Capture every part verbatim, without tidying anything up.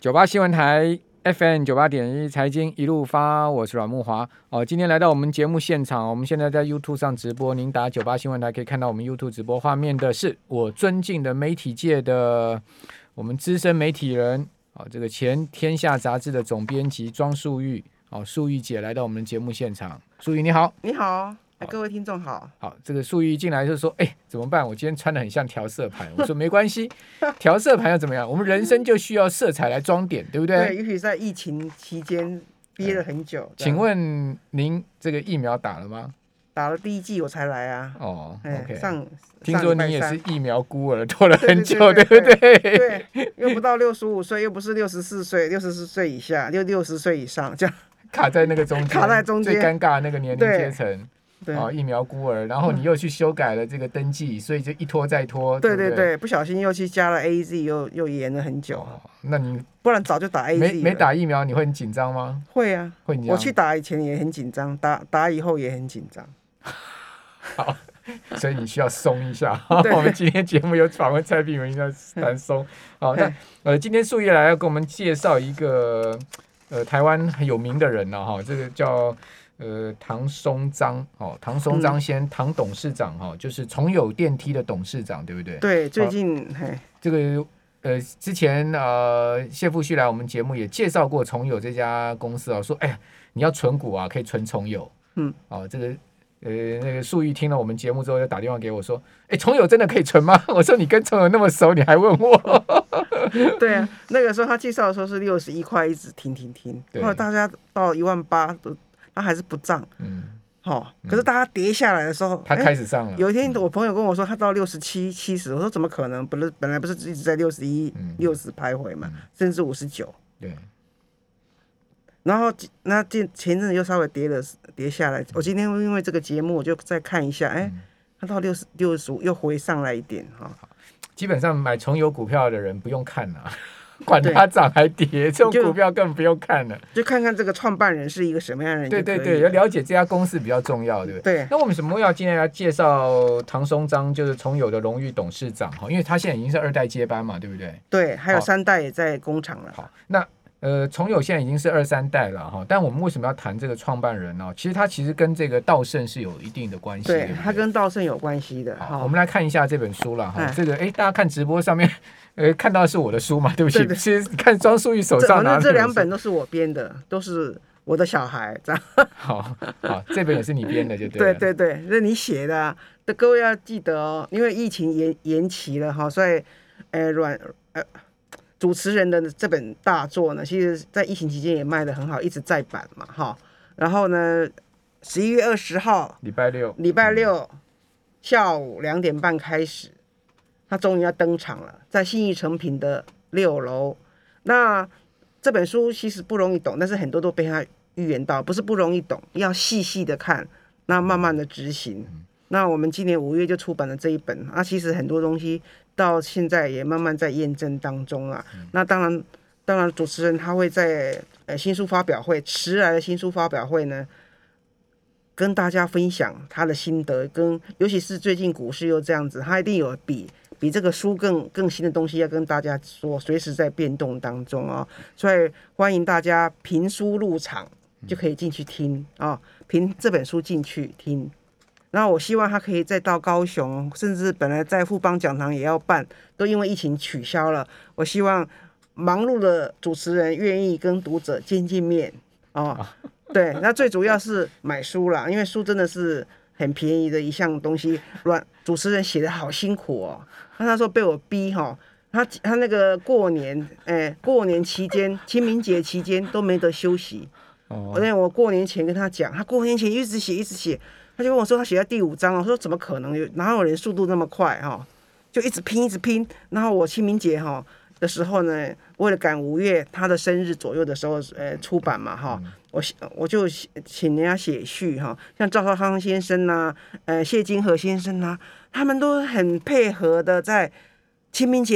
九八新闻台 F M 九八点一财经一路发，我是阮慕骅。哦，今天来到我们节目现场，我们现在在 YouTube 上直播，您打九八新闻台可以看到我们 YouTube 直播画面的是我尊敬的媒体界的我们资深媒体人，哦，这个前天下杂志的总编辑庄树玉，哦，树玉姐来到我们的节目现场。树玉你好。 你好。哎，各位听众好。 好，这个树玉进来就说：“哎，怎么办？我今天穿的很像调色盘。”我说：“没关系，调色盘又怎么样？我们人生就需要色彩来装点，对不对？” 对，尤其在疫情期间憋了很久。 请问您这个疫苗打了吗？ 打了第一剂我才来啊。 哦 ，OK。 上听说你也是疫苗孤儿，拖了很久，对不对？ 对，又不到六十五岁，又不是六十四岁，六十四岁以下，又六十岁以上，这样卡在那个中间， 卡在中间最尴尬的那个年龄阶层。哦，疫苗孤儿，然后你又去修改了这个登记，所以就一拖再拖。 对对对, 对，不小心又去加了 A Z， 又又延了很久。 哦，那你不然早就打 A Z 了。 没没打疫苗，你会很紧张吗？ 会啊， 会紧张。 我去打以前也很紧张，打打以后也很紧张。 好，所以你需要松一下。我们今天节目有访问蔡碧文，要谈松。好，那呃，今天树叶来要给我们介绍一个呃台湾很有名的人呢，哈，这个叫。呃，唐松章，哦，唐松章先，嗯、唐董事长，哈，就是从有电梯的董事长，对不对？ 对，最近， 嘿，这个呃，之前呃，谢富旭来我们节目也介绍过从有这家公司哦，说，哎呀，你要存股啊，可以存从有，嗯，哦，这个呃，那个树玉听了我们节目之后，就打电话给我说，哎，从有真的可以存吗？我说你跟从有那么熟，你还问我？ 对啊，那个时候他介绍的时候是六十一块，一直停停停，后来大家到一万八都。他还是不涨，嗯，好、哦，可是大家跌下来的时候， 他开始上了。 有一天，我朋友跟我说，他到六十七、七十，我说怎么可能？本来本来不是一直在六十一、六十徘徊嘛，嗯、甚至五十九。 对。 然后那前前阵子又稍微跌了，跌下来。我今天因为这个节目，我就再看一下，哎，他到六十六十五又回上来一点哈、哦。 基本上买从有股票的人不用看了、啊。管它涨还跌，这种股票根本不用看了， 就看看这个创办人是一个什么样的人。 对对对，要了解这家公司比较重要，对不对？ 对。 那我们什么要今天要介绍唐松章，就是从有的荣誉董事长哈，因为他现在已经是二代接班嘛，对不对？ 对，还有三代也在工厂了。 好，那呃，从有现在已经是二三代了哈，但我们为什么要谈这个创办人呢？其实他其实跟这个道盛是有一定的关系， 对，他跟道盛有关系的。 好，我们来看一下这本书了哈，这个哎，大家看直播上面。呃，看到的是我的书嘛？对不起，对对，其实看庄树玉手上拿的这两本都是我编的，都是我的小孩这样。 好，好，这本也是你编的，就对了。对对对，是你写的、啊，各位要记得哦，因为疫情延延期了哈，所以呃软呃主持人的这本大作呢，其实在疫情期间也卖得很好，一直再版嘛哈。然后呢，十一月二十号， 礼拜六， 礼拜六、嗯、下午两点半开始。他终于要登场了，在信义诚品的六楼。那这本书其实不容易懂，但是很多都被他预言到，不是不容易懂，要细细的看，那慢慢的执行。那我们今年五月就出版了这一本，那其实很多东西到现在也慢慢在验证当中啊。那当然，当然主持人他会在呃新书发表会，迟来的新书发表会呢，跟大家分享他的心得，跟尤其是最近股市又这样子，他一定有比。比这个书更更新的东西要跟大家说，随时在变动当中哦，所以欢迎大家凭书入场就可以进去听啊、哦，凭这本书进去听。然后我希望他可以再到高雄，甚至本来在富邦讲堂也要办，都因为疫情取消了。我希望忙碌的主持人愿意跟读者见见面哦。对，那最主要是买书啦，因为书真的是很便宜的一项东西，软主持人写的好辛苦哦。那他说被我逼哈，他他那个过年，哎，过年期间、清明节期间都没得休息。哦，因为我过年前跟他讲，他过年前一直写一直写，他就跟我说他写到第五章，我说怎么可能？哪有人速度那么快哈？就一直拼一直拼。然后我清明节哈的时候呢，为了赶五月他的生日左右的时候，呃，出版嘛哈，我我就请人家写序哈，像赵少康先生呐、啊，呃，谢金河先生呐、啊。他们都很配合的，在清明节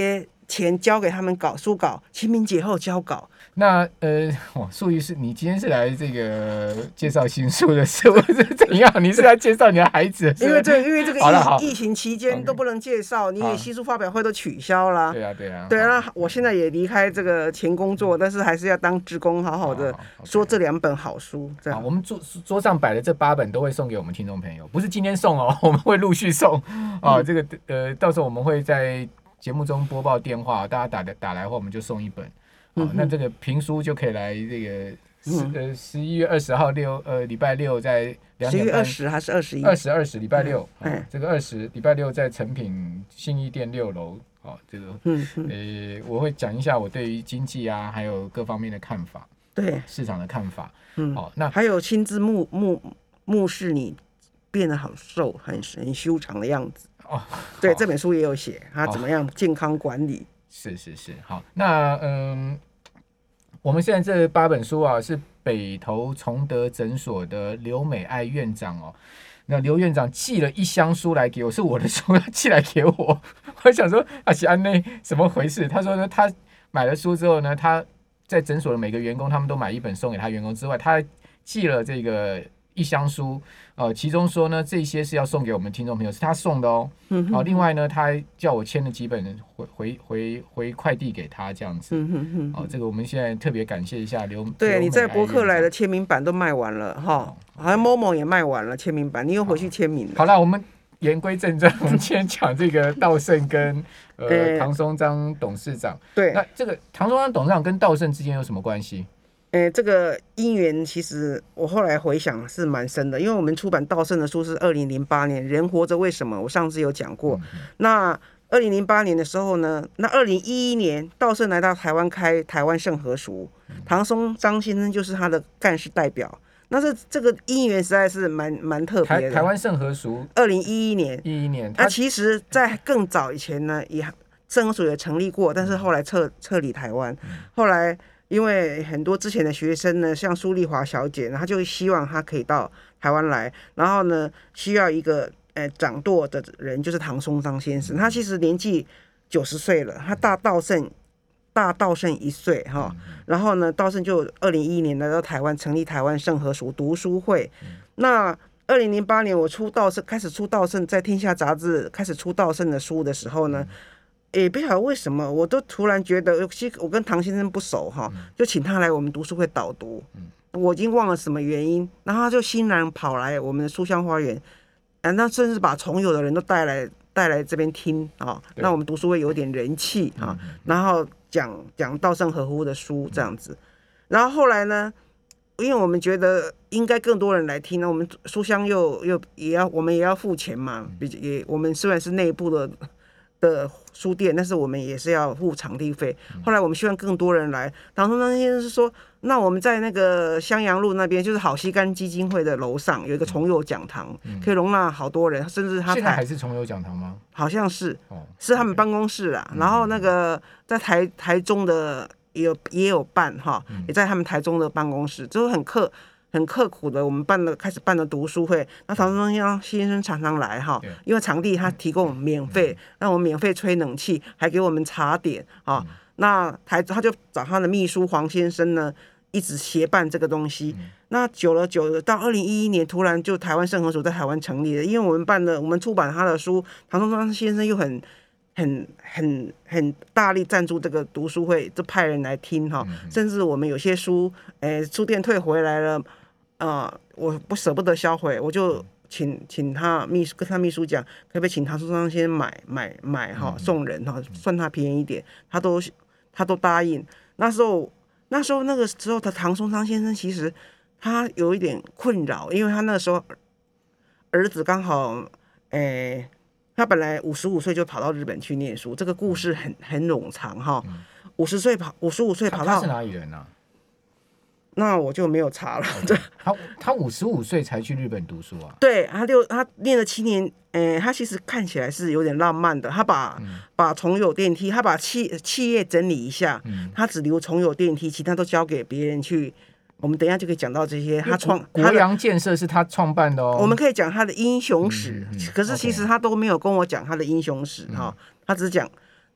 前交给他们稿书稿，清明节后交稿。 那呃，哇，素玉是你今天是来这个介绍新书的，是不是怎样？你是来介绍你的孩子？ 因为这因为这个疫疫情期间 OK 都不能介绍，你也新书发表会都取消啦。 对啊，对啊， 对啊。我现在也离开这个前工作，但是还是要当志工，好好的说这两本好书。这样， 我们桌桌上摆的这八本都会送给我们听众朋友，不是今天送哦，我们会陆续送啊。嗯、这个呃，到时候我们会在节目中播报电话，大家打的打来后，我们就送一本。哦、那这个评书就可以来这个十、嗯、呃十一月二十号六呃礼拜六在两点半，十一月二十还是二十一？ 二十二十礼拜六， 嗯哦、这个二十礼拜六在诚品信义店六楼。哦，这个嗯嗯呃，我会讲一下我对于经济啊，还有各方面的看法， 对市场的看法。 嗯，哦，那还有亲自目目目视你变得好瘦，很很修长的样子。哦，对，这本书也有写他怎么样健康管理。 是是是，好，那嗯，我们现在这八本书啊，是北投崇德诊所的刘美爱院长哦。那刘院长寄了一箱书来给我，是我的书，他寄来给我。我想说啊，是安内怎么回事？他说呢，他买了书之后呢，他在诊所的每个员工，他们都买一本送给他员工之外，他寄了这个一箱书，呃，其中说呢，这些是要送给我们听众朋友，是他送的哦。嗯、哦，另外呢，他叫我签了几本回回回回快递给他，这样子。嗯哼哼哦，这个我们现在特别感谢一下刘。 对，你在博客来的签名版都卖完了哈，哦、好像 Momo 也卖完了签名版，你又回去签名了。 好了，我们言归正传，我们今天讲这个稻盛跟呃唐松章董事长。 对， 那这个唐松章董事长跟稻盛之间有什么关系？ 诶，这个因缘其实我后来回想是蛮深的，因为我们出版稻盛的书是二零零八年，人活着为什么？我上次有讲过。嗯、那二零零八年的时候呢，那二零一一年稻盛来到台湾开台湾盛和塾，嗯、唐松章先生就是他的干事代表。那是这个因缘实在是蛮蛮特别的。 台湾盛和塾， 二零一一年， 一一年。 那其实，在更早以前呢，也盛和塾也成立过，但是后来撤撤离台湾，嗯、后来。因为很多之前的学生呢，像苏丽华小姐，她就希望她可以到台湾来，然后呢，需要一个呃掌舵的人，就是唐松章先生。他其实年纪九十岁了，他大稻盛大稻盛一岁哈。然后呢，稻盛就二零一一年来到台湾，成立台湾盛和塾读书会。那二零零八年我出稻盛，开始出稻盛，在天下杂志开始出稻盛的书的时候呢。也不晓得为什么，我都突然觉得，其实我跟唐先生不熟哈，就请他来我们读书会导读。我已经忘了什么原因，然后他就欣然跑来我们的书香花园，啊，那甚至把从友的人都带来带来这边听啊，那我们读书会有点人气啊，然后讲讲稻盛和夫的书这样子，然后后来呢，因为我们觉得应该更多人来听呢，我们书香又又也要我们也要付钱嘛，也我们虽然是内部的。的书店，但是我们也是要付场地费。后来我们希望更多人来，唐松章先生是说，那我们在那个襄阳路那边，就是好西干基金会的楼上有一个重友讲堂，嗯、可以容纳好多人，甚至他现在还是重友讲堂吗？ 好像是，哦、是他们办公室啦。嗯、然后那个在台台中的也有也有办哈，嗯、也在他们台中的办公室，就是很刻。很刻苦的，我们办了开始办了读书会，那唐松章先生常常来哈，因为场地他提供免费，让我们免费吹冷气，还给我们茶点啊。嗯、那台他就找他的秘书黄先生呢，一直协办这个东西。嗯、那久了久了，到二零一一年，突然就台湾盛和塾在台湾成立了，因为我们办了，我们出版他的书，唐松章先生又很。很很很大力赞助这个读书会，就派人来听哈，嗯、甚至我们有些书，诶、欸，书店退回来了，啊、呃，我不舍不得销毁，我就请请他秘书跟他秘书讲，可不可以请唐松章先买买买哈，送人哈，算他便宜一点，他都他都答应。那时候那时候那个时候的唐松章先生其实他有一点困扰，因为他那个时候儿子刚好诶。欸他本来五十五岁就跑到日本去念书，这个故事很很冗长哈。五十岁跑，五十五岁跑到他, 他是哪里人啊？ 那我就没有查了。 对，他他五十五岁才去日本读书啊？ 对，他就他念了七年，诶、欸，他其实看起来是有点浪漫的。他把、嗯、把重友电梯，他把企企业整理一下，嗯、他只留重友电梯，其他都交给别人去。我们等一下就可以讲到这些，他创国阳建设是他创办的哦。 我们可以讲他的英雄史，嗯嗯、可是其实他都没有跟我讲他的英雄史哈、嗯，他只讲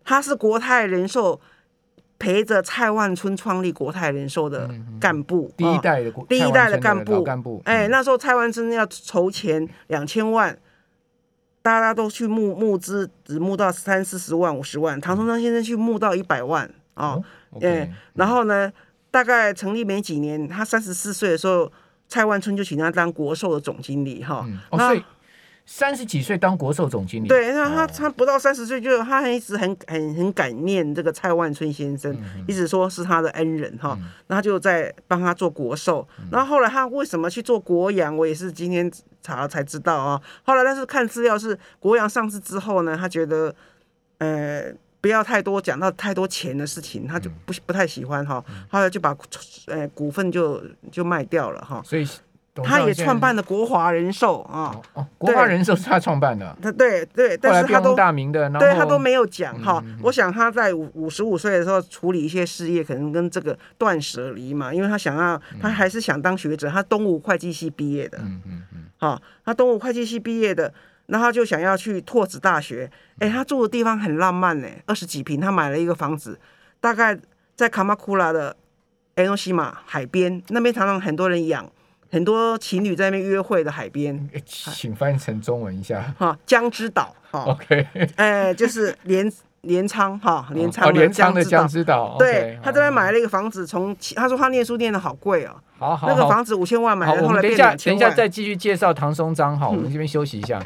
他是国泰人寿陪着蔡万春创立国泰人寿的干部， 嗯、第一代的、哦、 第一代的干部， 干部。 哎、欸，那时候蔡万春要筹钱两千万，大家都去募募资，只募到三四十万、五十万，唐崇章先生去募到一百万啊，哦，哎、哦 okay, 欸，然后呢，大概成立没几年，他三十四岁的时候，蔡万春就请他当国寿的总经理哈， 嗯哦，所以三十几岁当国寿总经理， 对，那他、哦、他不到三十岁就他一直很很很感念这个蔡万春先生，嗯、一直说是他的恩人哈，嗯、然后就在帮他做国寿，嗯、然后后来他为什么去做国阳，我也是今天查了才知道啊。后来但是看资料是国阳上市之后呢，他觉得呃不要太多讲到太多钱的事情，他就不不太喜欢哈，嗯、后来就把呃股份就就卖掉了哈， 所以。 他也创办了国华人寿啊， 哦哦，国华人寿是他创办的， 他对对，但是他都大名的， 对他都没有讲哈。嗯嗯嗯我想他在五五十五岁的时候处理一些事业，可能跟这个断舍离嘛，因为他想要，他还是想当学者，他东吴会计系毕业的，嗯嗯嗯，好，他东吴会计系毕业的，然后他就想要去拓殖大学，哎，他住的地方很浪漫呢，二十几坪，他买了一个房子，大概在卡马库拉的埃诺西马海边，那边常常很多人养。很多情侣在那边约会的海边， 请翻译成中文一下。 哈，江之岛。哈 ，OK， 哎、欸，就是镰镰仓哈，镰仓的江之岛。 对， okay, 他这边买了一个房子，从他说他念书念的好贵哦。 好好， 那个房子五千万买的，后来变两千万。等一下，等一下再继续介绍唐松章哈，我们这边休息一下。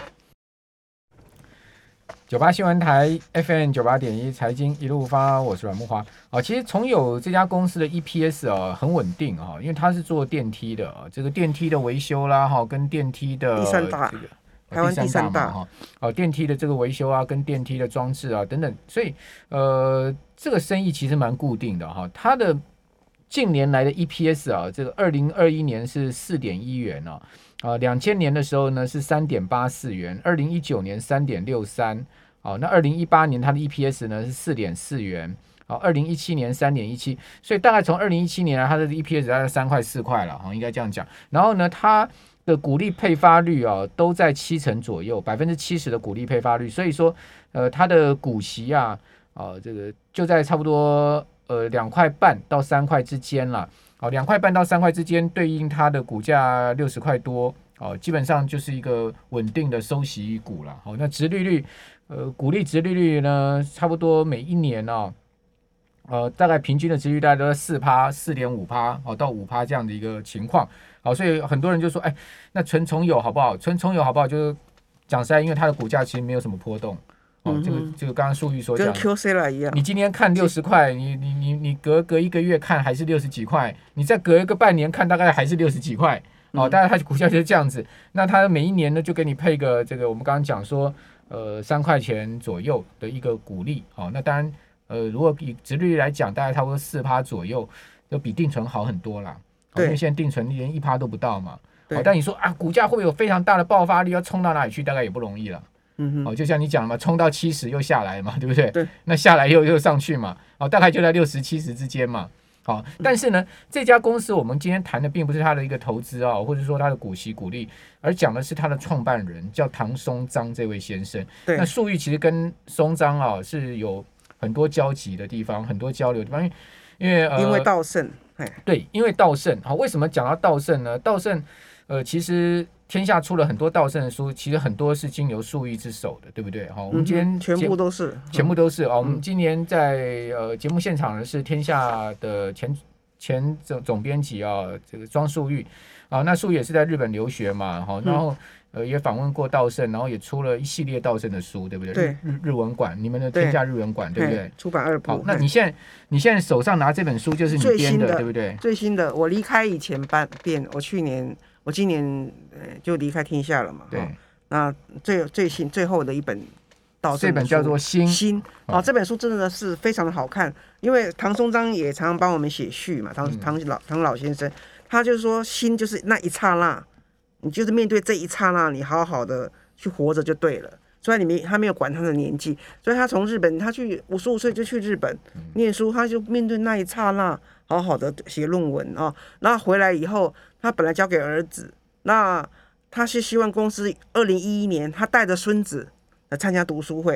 九八新闻台 F M 九八点一财经一路发，我是阮木华。哦，其实从有这家公司的 E P S 啊很稳定啊，因为它是做电梯的啊，这个电梯的维修啦哈，跟电梯的第三大，这个台湾第三大哈，哦电梯的这个维修啊，跟电梯的装置啊等等，所以呃这个生意其实蛮固定的哈。它的近年来的 E P S 啊，这个二零二一年是四点一元啊。啊，两千年的时候呢是三点八四元，二零一九年三点六三，好，那二零一八年它的 E P S 呢是四点四元，好，二零一七年三点一七，所以大概从二零一七年来，它的 E P S 大概三块四块了，哈，应该这样讲。然后呢，它的股利配发率啊都在七成左右，百分之七十的股利配发率，所以说，呃，它的股息啊，啊，这个就在差不多呃两块半到三块之间了。好，两块半到三块之间，对应它的股价六十块多，哦，基本上就是一个稳定的收息股了。好，那殖利率，呃，股利殖利率呢，差不多每一年哦，呃，大概平均的殖利率大概都在四趴、四点五趴，哦，到五趴这样的一个情况。好，所以很多人就说，哎，那纯重友好不好？纯重友好不好？就是讲实在，因为它的股价其实没有什么波动。哦，这个这个刚刚素玉所讲， 跟 Q C 啦一样。 你今天看六十块，你你你你隔隔一个月看还是六十几块，你再隔一个半年看大概还是六十几块。哦，大概它股价就是这样子。那它每一年呢就给你配个这个，我们刚刚讲说，呃，三块钱左右的一个股利。哦，那当然，呃，如果以殖利率来讲，大概差不多四趴左右，就比定存好很多啦。哦，因为现在定存连一趴都不到嘛。哦，但你说啊，股价会有非常大的爆发力，要冲到哪里去，大概也不容易了。嗯哦，就像你讲的嘛，冲到七十又下来嘛，对不对？ 对。 那下来又又上去嘛，哦，大概就在六十七十之间嘛。好，但是呢，这家公司我们今天谈的并不是它的一个投资啊，或者说它的股息股利，而讲的是它的创办人叫唐松章这位先生。 对。 那素玉其实跟松章啊是有很多交集的地方，很多交流的地方，因为因为呃， 因为道圣， 对，因为道圣。好，为什么讲到道圣呢？道圣呃，其实。天下出了很多道圣的书，其实很多是经由素玉之手的，对不对？好，我们今天、 嗯、全部都是， 全部都是、嗯、哦。我们今年在呃节目现场的是天下的前前总总编辑啊，这个庄素玉啊，那素玉也是在日本留学嘛，好，然后、嗯、呃也访问过道圣，然后也出了一系列道圣的书，对不对？ 对， 日日文馆，你们的天下日文馆， 对, 对不对？ 出版二部。 好，那你现在你现在手上拿这本书就是你编的，对不对？ 最新的，我离开以前办编，我去年。我今年呃就离开天下了嘛， 对， 那最最新最后的一本道圣， 这本叫做《心》 心啊、哦，这本书真的是非常的好看，因为唐松章也常常帮我们写序嘛，唐唐老唐老先生，他就是说心就是那一刹那，你就是面对这一刹那，你好好的去活着就对了。虽然你没他没有管他的年纪，所以他从日本他去五十五岁就去日本念书，他就面对那一刹那，好好的写论文啊、哦。然后回来以后。他本来交给儿子，那他是希望公司二零一一年他带着孙子来参加读书会，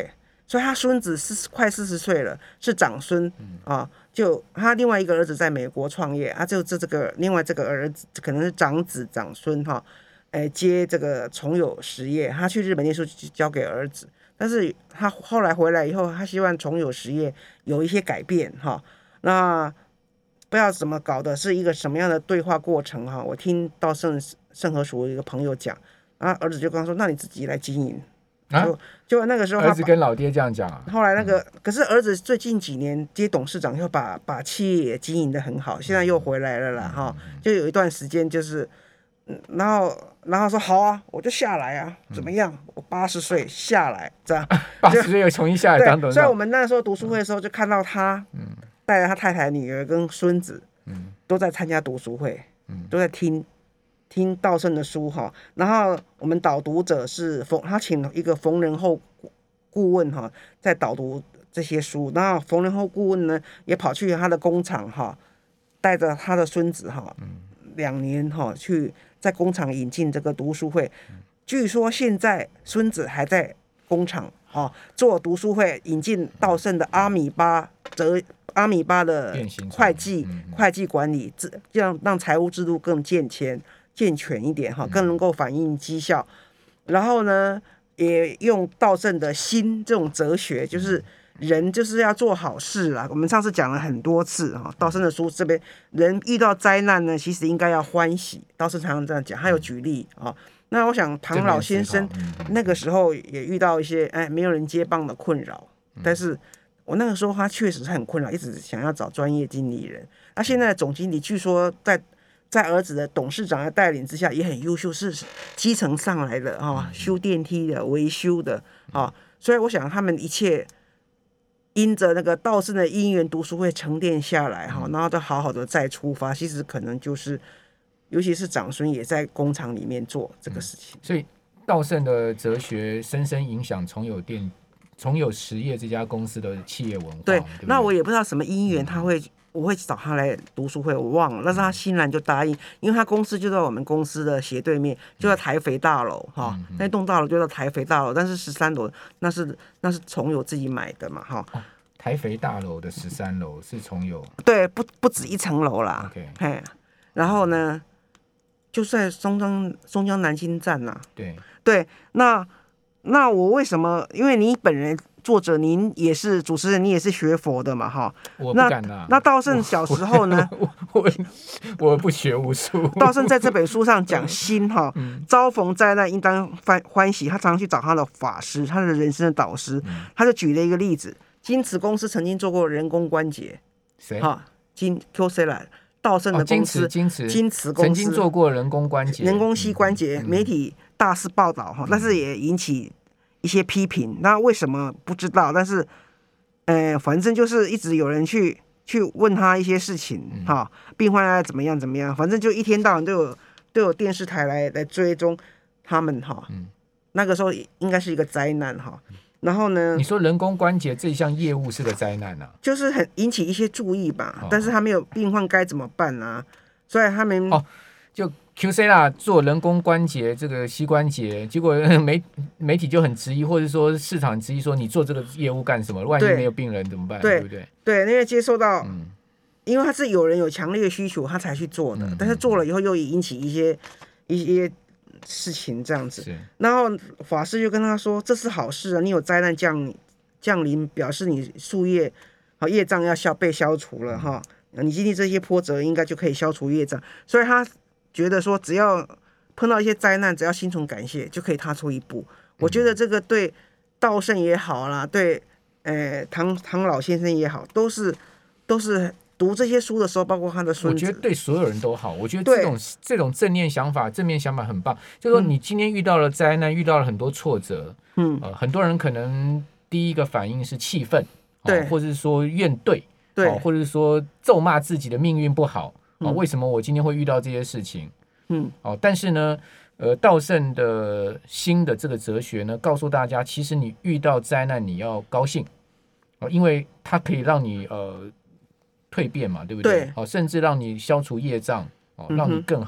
所以他孙子是快四十岁了，是长孙啊。就他另外一个儿子在美国创业啊，就这这个另外这个儿子可能是长子长孙哈，哎接这个重友实业，他去日本念书交给儿子，但是他后来回来以后，他希望重友实业有一些改变哈。那不知道怎么搞的，是一个什么样的对话过程哈？我听到盛盛和塾一个朋友讲，啊，儿子就跟他说：“那你自己来经营。”啊，就就那个时候， 儿子跟老爹这样讲啊。 后来那个，嗯、可是儿子最近几年接董事长，又把把企业也经营得很好，现在又回来了啦哈。就有一段时间就是，然后然后说好啊，我就下来啊，怎么样？我八十岁下来，这样八十岁又重新下来当董事长。 所以我们那时候读书会的时候，就看到他，嗯，带着他太太、女儿跟孙子，嗯，都在参加读书会，嗯，都在听。听道圣的书哈，然后我们导读者是冯，他请一个冯仁厚顾问哈，在导读这些书。然后冯仁厚顾问呢，也跑去他的工厂哈，带着他的孙子哈，两年哈去在工厂引进这个读书会。据说现在孙子还在工厂哈做读书会，引进道圣的阿米巴则阿米巴的会计会计管理，这样让财务制度更健全。健全一点哈，更能够反映绩效。然后呢，也用道圣的心这种哲学，就是人就是要做好事啦。我们上次讲了很多次哈，道圣的书这边，人遇到灾难呢，其实应该要欢喜。道圣常常这样讲，他有举例啊。那我想唐老先生那个时候也遇到一些哎没有人接棒的困扰，但是我那个时候他确实是很困扰，一直想要找专业经理人。那现在总经理据说在。在儿子的董事长的带领之下，也很优秀，是基层上来的哈，修电梯的、维修的啊，所以我想他们一切因着那个道圣的因缘读书会沉淀下来哈，然后就好好的再出发。其实可能就是，尤其是长孙也在工厂里面做这个事情， 嗯、所以道圣的哲学深深影响重友电、重友实业这家公司的企业文化。 对， 对对那我也不知道什么因缘他会。我会找他来读书会，我忘了，但是他欣然就答应，因为他公司就在我们公司的斜对面，就在台肥大楼哈、嗯，那栋大楼就在台肥大楼，但是十三楼那是那是重友自己买的嘛哈、哦。 台肥大楼的十三楼是重友， 对，不不止一层楼啦。 OK， 嘿，然后呢，就在松江松江南京站呐、啊。 对对，那那我为什么？因为你本人。作者，您也是主持人，你也是学佛的嘛，哈。 我不敢啊。 那道圣小时候呢？ 我 我, 我, 我, 我不学无术。 道圣在这本书上讲心哈，嗯、遭逢灾难应当欢喜。他常常去找他的法师，他的人生的导师。嗯、他就举了一个例子：金瓷公司曾经做过人工关节。 谁？ 哈，金 Q C 来，道圣的公司， 金瓷金瓷公司曾经做过人工关节， 人工膝关节，嗯、媒体大肆报道哈，但是也引起。一些批评，那为什么不知道？但是，呃，反正就是一直有人去去问他一些事情，哈、嗯，病患啊怎么样怎么样，反正就一天到晚都有都有电视台来来追踪他们，哈、嗯，那个时候应该是一个灾难，哈。然后呢？ 你说人工关节这一项业务是个灾难啊？ 就是很引起一些注意吧，哦、但是他没有病患该怎么办啊？所以他们哦，就。Q C 啦，做人工关节这个膝关节，结果媒媒体就很质疑，或者说市场质疑说你做这个业务干什么？万一没有病人怎么办？ 对, 对不对？ 对，因为接受到，嗯、因为他是有人有强烈的需求，他才去做的，嗯、但是做了以后又引起一些一些事情这样子。然后法师就跟他说：“这是好事啊，你有灾难降降临，表示你树业好业障要消被消除了哈、嗯，你经历这些波折，应该就可以消除业障。”所以他。觉得说只要碰到一些灾难，只要心存感谢，就可以踏出一步。我觉得这个对道圣也好啦，对呃唐唐老先生也好，都是都是读这些书的时候，包括他的孙子， 我觉得对所有人都好。我觉得这种这种正念想法、正面想法很棒。就是说，你今天遇到了灾难，遇到了很多挫折，嗯，呃，很多人可能第一个反应是气愤，对、哦，或者是说怨怼，对、哦，或者是说咒骂自己的命运不好。哦、为什么我今天会遇到这些事情？嗯，哦，但是呢，呃，道圣的新的这个哲学呢，告诉大家，其实你遇到灾难，你要高兴，哦，因为它可以让你呃蜕变嘛，对不对？对，哦，甚至让你消除业障，哦，让你更好。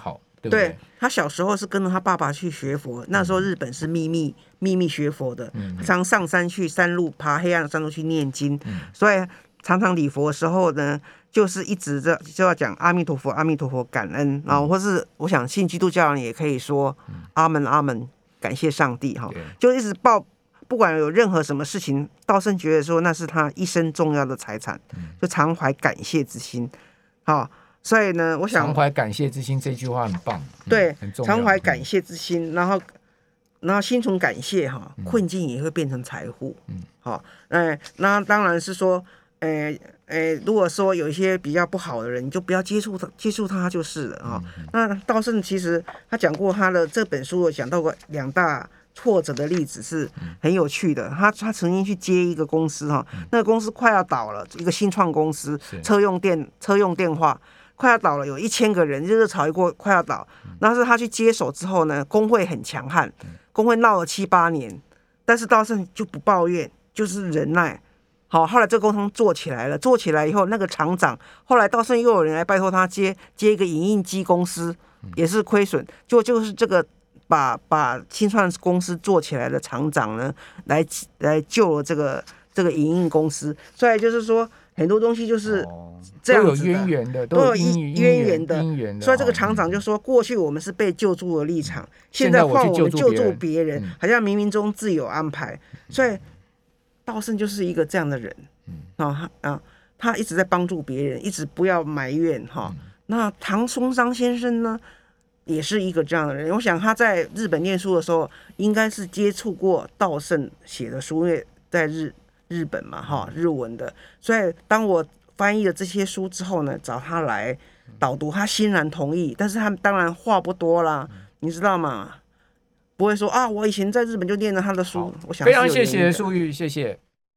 对不对？ 对，他小时候是跟着他爸爸去学佛，那时候日本是秘密秘密学佛的， 嗯他常上山去山路爬黑暗的山路去念经， 嗯所以常常礼佛的时候呢，就是一直在就要讲阿弥陀佛，阿弥陀佛，感恩，然后或是我想信基督教人也可以说阿门阿门，感谢上帝哈，就一直报。不管有任何什么事情，道圣觉得说那是他一生重要的财产，就常怀感谢之心。好，所以呢，我想常怀感谢之心这句话很棒， 对， 嗯、很重要常怀感谢之心，然后然后心存感谢哈，困境也会变成财富。嗯，好，哎，那当然是说，哎哎，如果说有一些比较不好的人，你就不要接触他，接触他就是了啊。嗯、那道圣其实他讲过他的这本书，有讲到过两大挫折的例子是很有趣的。他他曾经去接一个公司哈，那个公司快要倒了，一个新创公司，车用电车用电话快要倒了，有一千个人，热炒一过快要倒。那是他去接手之后呢，工会很强悍，工会闹了七八年，但是道圣就不抱怨，就是忍耐。好，后来这个工厂做起来了，做起来以后，那个厂长后来道圣又有人来拜托他接接一个影印机公司，也是亏损，就就是这个。把把新创公司做起来的厂长呢，来来救了这个这个影印公司，所以就是说很多东西就是这样子的， 都有渊源的， 都有渊源的。 源的所以这个厂长就说，过去我们是被救助的立场，现在换我们救助别人，好像冥冥中自有安排。所以道圣就是一个这样的人啊啊，他一直在帮助别人，一直不要埋怨哈。那唐松章先生呢？也是一个这样的人，我想他在日本念书的时候，应该是接触过道圣写的书，因为在日日本嘛，哈，日文的。所以当我翻译了这些书之后呢，找他来导读，他欣然同意。但是他当然话不多啦，你知道吗？不会说啊，我以前在日本就念了他的书。我想非常谢谢淑玉，谢谢。